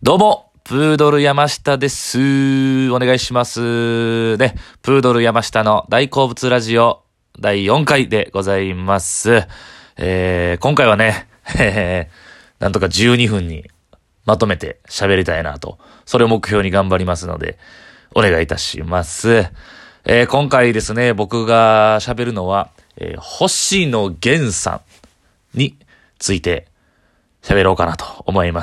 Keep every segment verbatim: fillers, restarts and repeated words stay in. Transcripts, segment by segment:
どうも、プードル山下です。お願いします。ね、プードル山下の大好物ラジオだいよんかいでございます。えー、今回はね、なんとかじゅうにふんにまとめて喋りたいなと、それを目標に頑張りますので、お願いいたします。えー、今回ですね、僕が喋るのは、えー、星野源さんについて喋ろうかなと思います。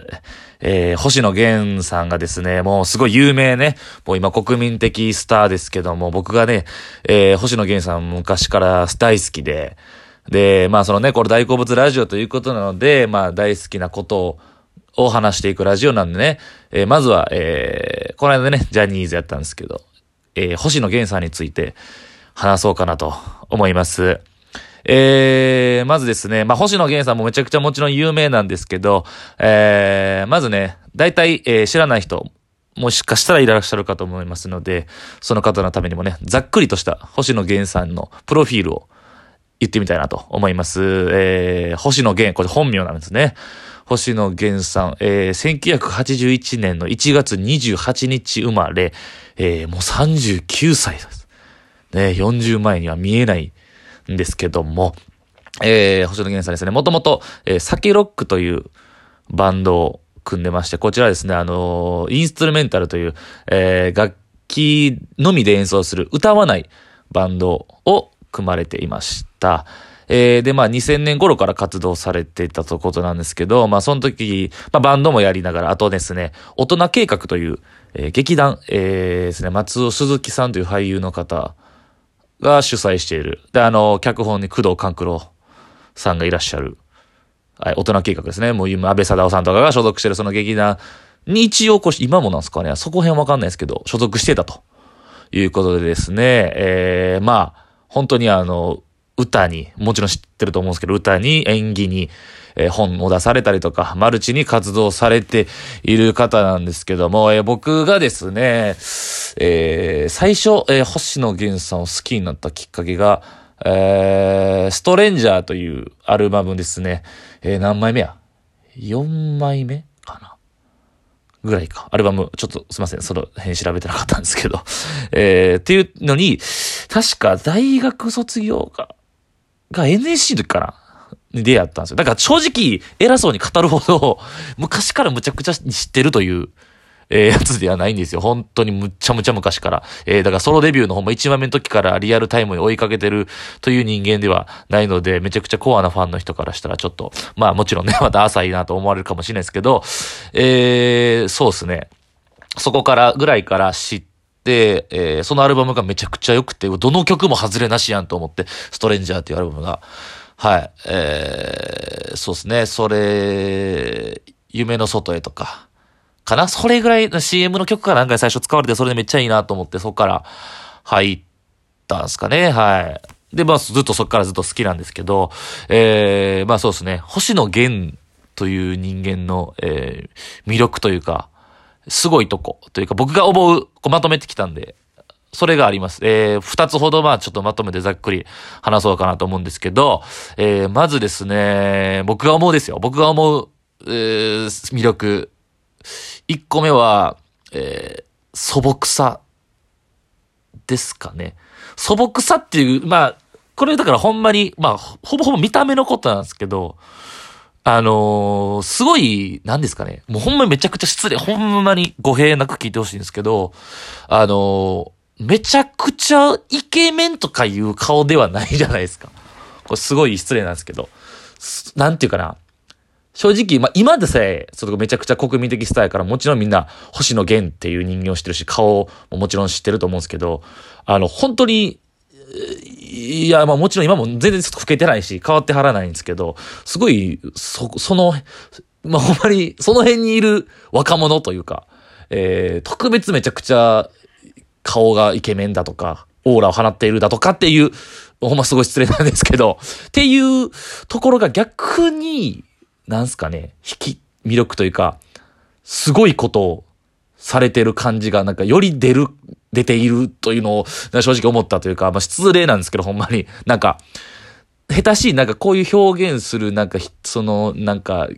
えー、星野源さんがですね、もうすごい有名ね、もう今国民的スターですけども、僕がね、えー、星野源さん昔から大好きで、で、まあそのね、これ大好物ラジオということなので、まあ大好きなことを、を話していくラジオなんでね、えー、まずは、えー、この間ね、ジャニーズやったんですけど、えー、星野源さんについて話そうかなと思います。えー、まずですね、まあ、星野源さんもめちゃくちゃもちろん有名なんですけど、えー、まずね、大体、えー、知らない人、もしかしたらいらっしゃるかと思いますので、その方のためにもね、ざっくりとした星野源さんのプロフィールを言ってみたいなと思います。えー、星野源、これ本名なんですね。星野源さん、えー、せんきゅうひゃくはちじゅういちねんのいちがつにじゅうはちにち生まれ、えー、もうさんじゅうきゅうさいです。ね、よんじゅうまえには見えないんですけども、えー、星野源さんですね、もともと、えー、サケロックというバンドを組んでまして、こちらですね、あのー、インストゥルメンタルという、えー、楽器のみで演奏する歌わないバンドを組まれていました。えー、で、まあ、にせんねん頃から活動されていたということなんですけど、まあ、その時、まあ、バンドもやりながら、あとですね、大人計画という、えー、劇団、えー、ですね、松尾鈴木さんという俳優の方が主催している。で、あの、脚本に工藤官九郎さんがいらっしゃる。はい、大人計画ですね。もう今、安倍貞夫さんとかが所属しているその劇団に一応こう、今もなんですかね、そこ辺わかんないですけど、所属してたということでですね、えー、まあ、本当にあの、歌に、もちろん知ってると思うんですけど、歌に、演技に、えー、本を出されたりとか、マルチに活動されている方なんですけども、えー、僕がですね、えー、最初、えー、星野源さんを好きになったきっかけが、えー、ストレンジャーというアルバムですね。えー、何枚目や ?よん 枚目かなぐらいか。アルバム、ちょっとすいません。その辺調べてなかったんですけど。えー、っていうのに、確か大学卒業が、が エヌエスシー の時かなに出会ったんですよ。だから正直偉そうに語るほど昔からむちゃくちゃ知ってるという、えー、やつではないんですよ。本当にむっちゃむちゃ昔から。えー、だからソロデビューのほんまいちまんめの時からリアルタイムに追いかけてるという人間ではないので、めちゃくちゃコアなファンの人からしたらちょっと、まあもちろんね、また浅いなと思われるかもしれないですけど、えー、そうですね。そこからぐらいから知って、で、えー、そのアルバムがめちゃくちゃ良くて、どの曲も外れなしやんと思って、ストレンジャーっていうアルバムが。はい。えー、そうですね。それ、夢の外へとか、かなそれぐらいの シーエム の曲がなんか最初使われて、それでめっちゃいいなと思って、そこから入ったんですかね。はい。で、まあ、ずっとそこからずっと好きなんですけど、えー、まあそうですね。星野源という人間の、えー、魅力というか、すごいとこというか僕が思う、こうまとめてきたんで、それがあります。えー、二つほどまあちょっとまとめてざっくり話そうかなと思うんですけど、えー、まずですね、僕が思うですよ。僕が思う、えー、魅力。一個目は、えー、素朴さですかね。素朴さっていう、まあ、これだからほんまに、まあ、ほぼほぼ見た目のことなんですけど、あのー、すごい、なんですかね。もうほんまにめちゃくちゃ失礼、ほんまに語弊なく聞いてほしいんですけど、あのー、めちゃくちゃイケメンとかいう顔ではないじゃないですか。これすごい失礼なんですけど。なんていうかな。正直、まあ、今でさえ、それめちゃくちゃ国民的スターやから、もちろんみんな、星野源っていう人間を知ってるし、顔ももちろん知ってると思うんですけど、あの、本当に、いや、まあもちろん今も全然老けてないし、変わってはらないんですけど、すごい、そ、その、まあほんまに、その辺にいる若者というか、えー、特別めちゃくちゃ顔がイケメンだとか、オーラを放っているだとかっていう、ほんますごい失礼なんですけど、っていうところが逆に、なんすかね、引き、魅力というか、すごいことをされてる感じが、なんかより出る、出ているというのを正直思ったというか、まあ失礼なんですけど、ほんまに。なんか、下手しい、なんかこういう表現する、なんか、その、なんか、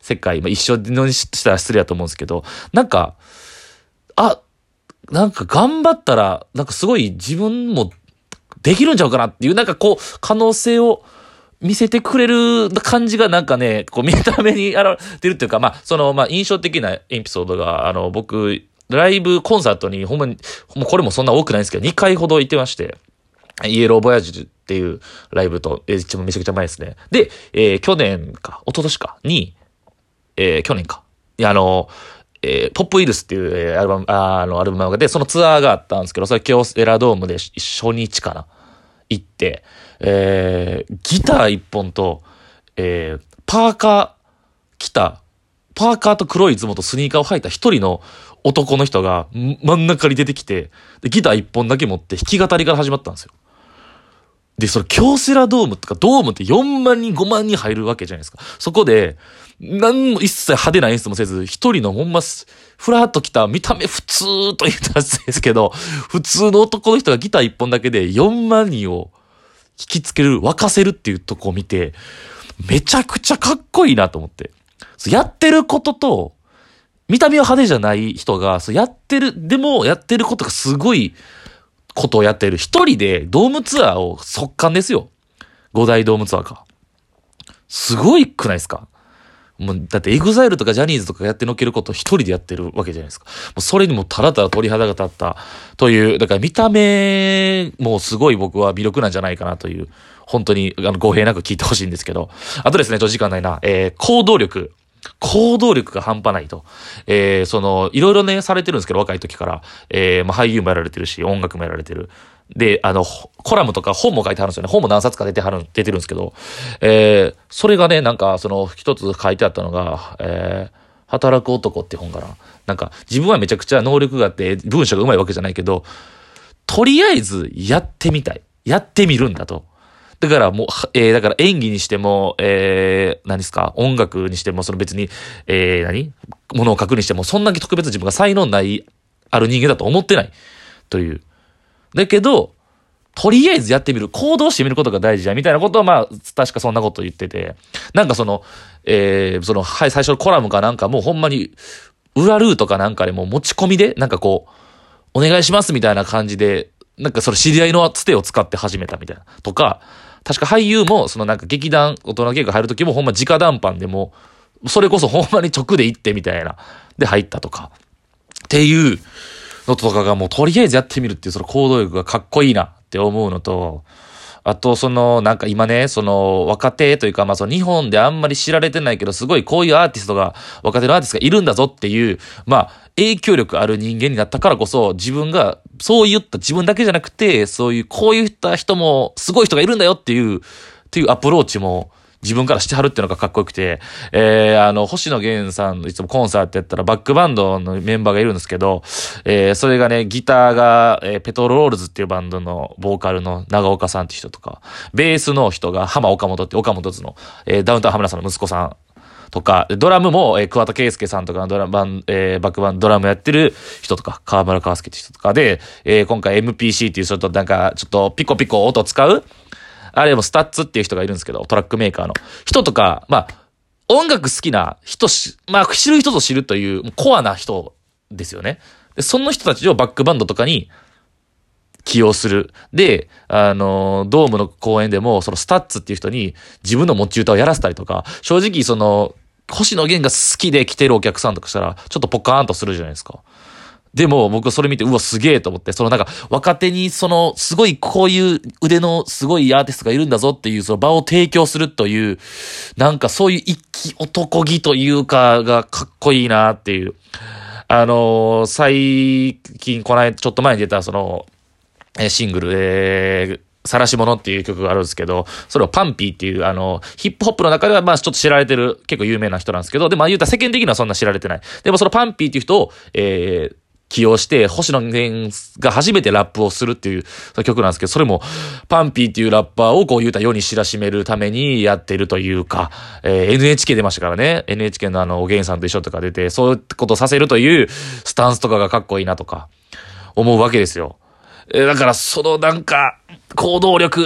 世界、まあ、一緒のにしたら失礼だと思うんですけど、なんか、あ、なんか頑張ったら、なんかすごい自分もできるんちゃうかなっていう、なんかこう、可能性を見せてくれる感じがなんかね、こう見た目に現れてるっていうか、まあ、その、まあ、印象的なエピソードが、あの、僕、ライブコンサートにほんまに、もうこれもそんな多くないんですけど、にかいほど行ってまして、イエローボヤージュっていうライブと、えー、めちゃくちゃ前ですね。で、えー、去年か、一昨年か、に、えー、去年か、いや、あの、えー、ポップウイルスっていう、えー、アルバム、ああの、アルバムがで、そのツアーがあったんですけど、それ京セラドームで初日かな、行って、えー、ギター一本と、えー、パーカー着た、パーカーと黒いズボンとスニーカーを履いた一人の男の人が真ん中に出てきて、で、ギター一本だけ持って弾き語りから始まったんですよ。で、それ京セラドームとかドームってよんまんにんごまんにん入るわけじゃないですか。そこで、何も一切派手な演出もせず、一人のほんま、ふらっと来た見た目普通と言ったら失礼ですけど、普通の男の人がギター一本だけでよんまんにんを引きつける、沸かせるっていうとこを見て、めちゃくちゃかっこいいなと思って。やってることと、見た目は派手じゃない人が、やってる、でもやってることがすごいことをやってる。一人でドームツアーを速乾ですよ。五大ドームツアーか。すごいくないですか？もう、だってエグザイルとかジャニーズとかやってのけることを一人でやってるわけじゃないですか。もうそれにもただただ鳥肌が立ったという、だから見た目もすごい僕は魅力なんじゃないかなという、本当にあの語弊なく聞いてほしいんですけど。あとですね、ちょっと時間ないな。えー、行動力。行動力が半端ないと。えー、その、いろいろね、されてるんですけど、若い時から。えー、まあ、俳優もやられてるし、音楽もやられてる。で、あの、コラムとか本も書いてあるんですよね。本も何冊か出てはる、出てるんですけど、えー、それがね、なんか、その、一つ書いてあったのが、えー、働く男って本かな。なんか、自分はめちゃくちゃ能力があって、文章が上手いわけじゃないけど、とりあえずやってみたい。やってみるんだと。だからもう、えー、だから演技にしても、えー、何ですか、音楽にしても、その別に、えー、何ものを書くにしても、そんなに特別自分が才能ない、ある人間だと思ってない。という。だけど、とりあえずやってみる。行動してみることが大事だ。みたいなことは、まあ、確かそんなこと言ってて。なんかその、えー、その、はい、最初のコラムかなんかもうほんまに、裏ルートかなんかでもう持ち込みで、なんかこう、お願いしますみたいな感じで、なんかその知り合いのつてを使って始めたみたいな。とか、確か俳優も、そのなんか劇団、大人稽古入るときもほんま直談判でも、それこそほんまに直で行ってみたいな。で入ったとか。っていうのとかがもうとりあえずやってみるっていうその行動力がかっこいいなって思うのと、あとそのなんか今ね、その若手というかまあその日本であんまり知られてないけどすごいこういうアーティストが、若手のアーティストがいるんだぞっていう、まあ影響力ある人間になったからこそ自分がそう言った自分だけじゃなくて、そういうこういった人もすごい人がいるんだよっていう、っていうアプローチも自分からしてはるっていうのがかっこよくて、えー、あの、星野源さんのいつもコンサートやったらバックバンドのメンバーがいるんですけど、えー、それがね、ギターが、えー、ペトロールズっていうバンドのボーカルの長岡さんって人とか、ベースの人が浜岡本って岡本図の、えー、ダウンタウン浜田さんの息子さんとか、ドラムも、えー、桑田佳祐さんとかのドラムバン、えー、バックバンドドラムやってる人とか、河村川介って人とかで、えー、今回 エムピーシー っていうちょっとなんか、ちょっとピコピコ音使うあれもスタッツっていう人がいるんですけど、トラックメーカーの人とか、まあ、音楽好きな人し、まあ、知る人ぞ知るという、コアな人ですよね。で、その人たちをバックバンドとかに起用する。で、あの、ドームの公演でも、そのスタッツっていう人に自分の持ち歌をやらせたりとか、正直その、星野源が好きで来てるお客さんとかしたら、ちょっとポカーンとするじゃないですか。でも僕はそれ見て、うわ、すげえと思って、そのなんか、若手にその、すごいこういう腕のすごいアーティストがいるんだぞっていう、その場を提供するという、なんかそういう一気男気というか、がかっこいいなっていう。あのー、最近、この間、ちょっと前に出た、その、えシングル、えー、晒し者っていう曲があるんですけど、それをパンピーっていう、あの、ヒップホップの中ではまあちょっと知られてる、結構有名な人なんですけど、で、まあ言うたら世間的にはそんな知られてない。でもそのパンピーっていう人を、えー、起用して、星野源が初めてラップをするっていう曲なんですけど、それも、パンピーっていうラッパーをこう言うたら世に知らしめるためにやってるというか、えー、エヌエイチケー 出ましたからね。エヌエイチケー のあの、おげんさんと一緒とか出て、そういうことさせるというスタンスとかがかっこいいなとか、思うわけですよ。えー、だからそのなんか、行動力、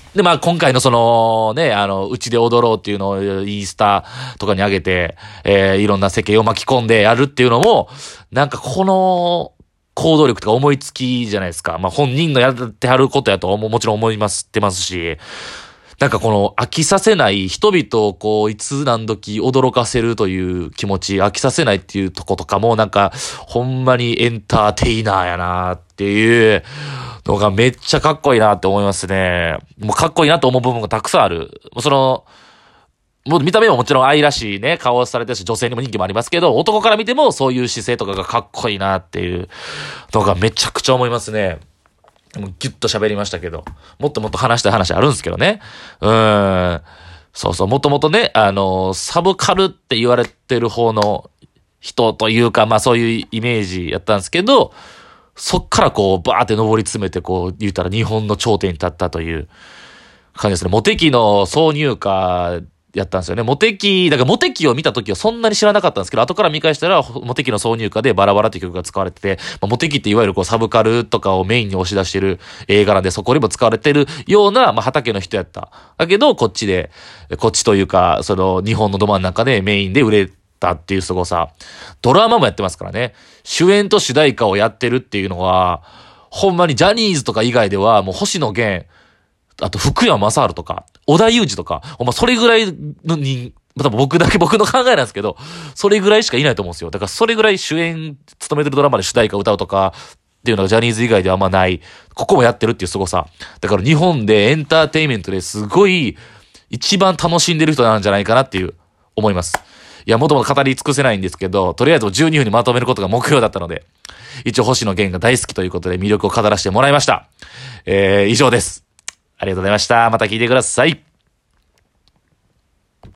で、まあ今回のそのね、あの、うちで踊ろうっていうのをインスタとかに上げて、えー、いろんな世間を巻き込んでやるっていうのも、なんかこの行動力とか思いつきじゃないですか。まあ本人のやってはることやとももちろん思いますってますし、なんかこの飽きさせない人々をこういつ何時驚かせるという気持ち、飽きさせないっていうとことかもなんかほんまにエンターテイナーやなっていうのがめっちゃかっこいいなって思いますね。もうかっこいいなと思う部分がたくさんある。もうその、もう見た目ももちろん愛らしいね、顔をされてるし、女性にも人気もありますけど、男から見てもそういう姿勢とかがかっこいいなっていうのがめちゃくちゃ思いますね。もうギュッと喋りましたけど、もっともっと話したい話あるんですけどね。うーん。そうそう、もともとね、あの、サブカルって言われてる方の人というか、まあそういうイメージやったんですけど、そっからこう、バーって上り詰めて、こう、言ったら日本の頂点に立ったという感じですね。モテ期の挿入歌やったんですよね。モテ期、だからモテ期を見た時はそんなに知らなかったんですけど、後から見返したら、モテ期の挿入歌でバラバラって曲が使われてて、まあ、モテ期っていわゆるこうサブカルとかをメインに押し出してる映画なんで、そこにも使われてるような、まあ畑の人やった。だけど、こっちで、こっちというか、その日本のど真ん中でメインで売れたっていう凄さ。ドラマもやってますからね。主演と主題歌をやってるっていうのは、ほんまにジャニーズとか以外では、もう星野源、あと福山雅治とか、織田裕二とか、ほんまそれぐらいの人、多分僕だけ僕の考えなんですけど、それぐらいしかいないと思うんですよ。だからそれぐらい主演務めてるドラマで主題歌歌うとか、っていうのがジャニーズ以外ではあんまない。ここもやってるっていう凄さ。だから日本でエンターテインメントですごい一番楽しんでる人なんじゃないかなっていう思います。いや、もともと語り尽くせないんですけど、とりあえずじゅうにふんにまとめることが目標だったので、一応星野源が大好きということで魅力を語らせてもらいました。えー、以上です。ありがとうございました。また聞いてください。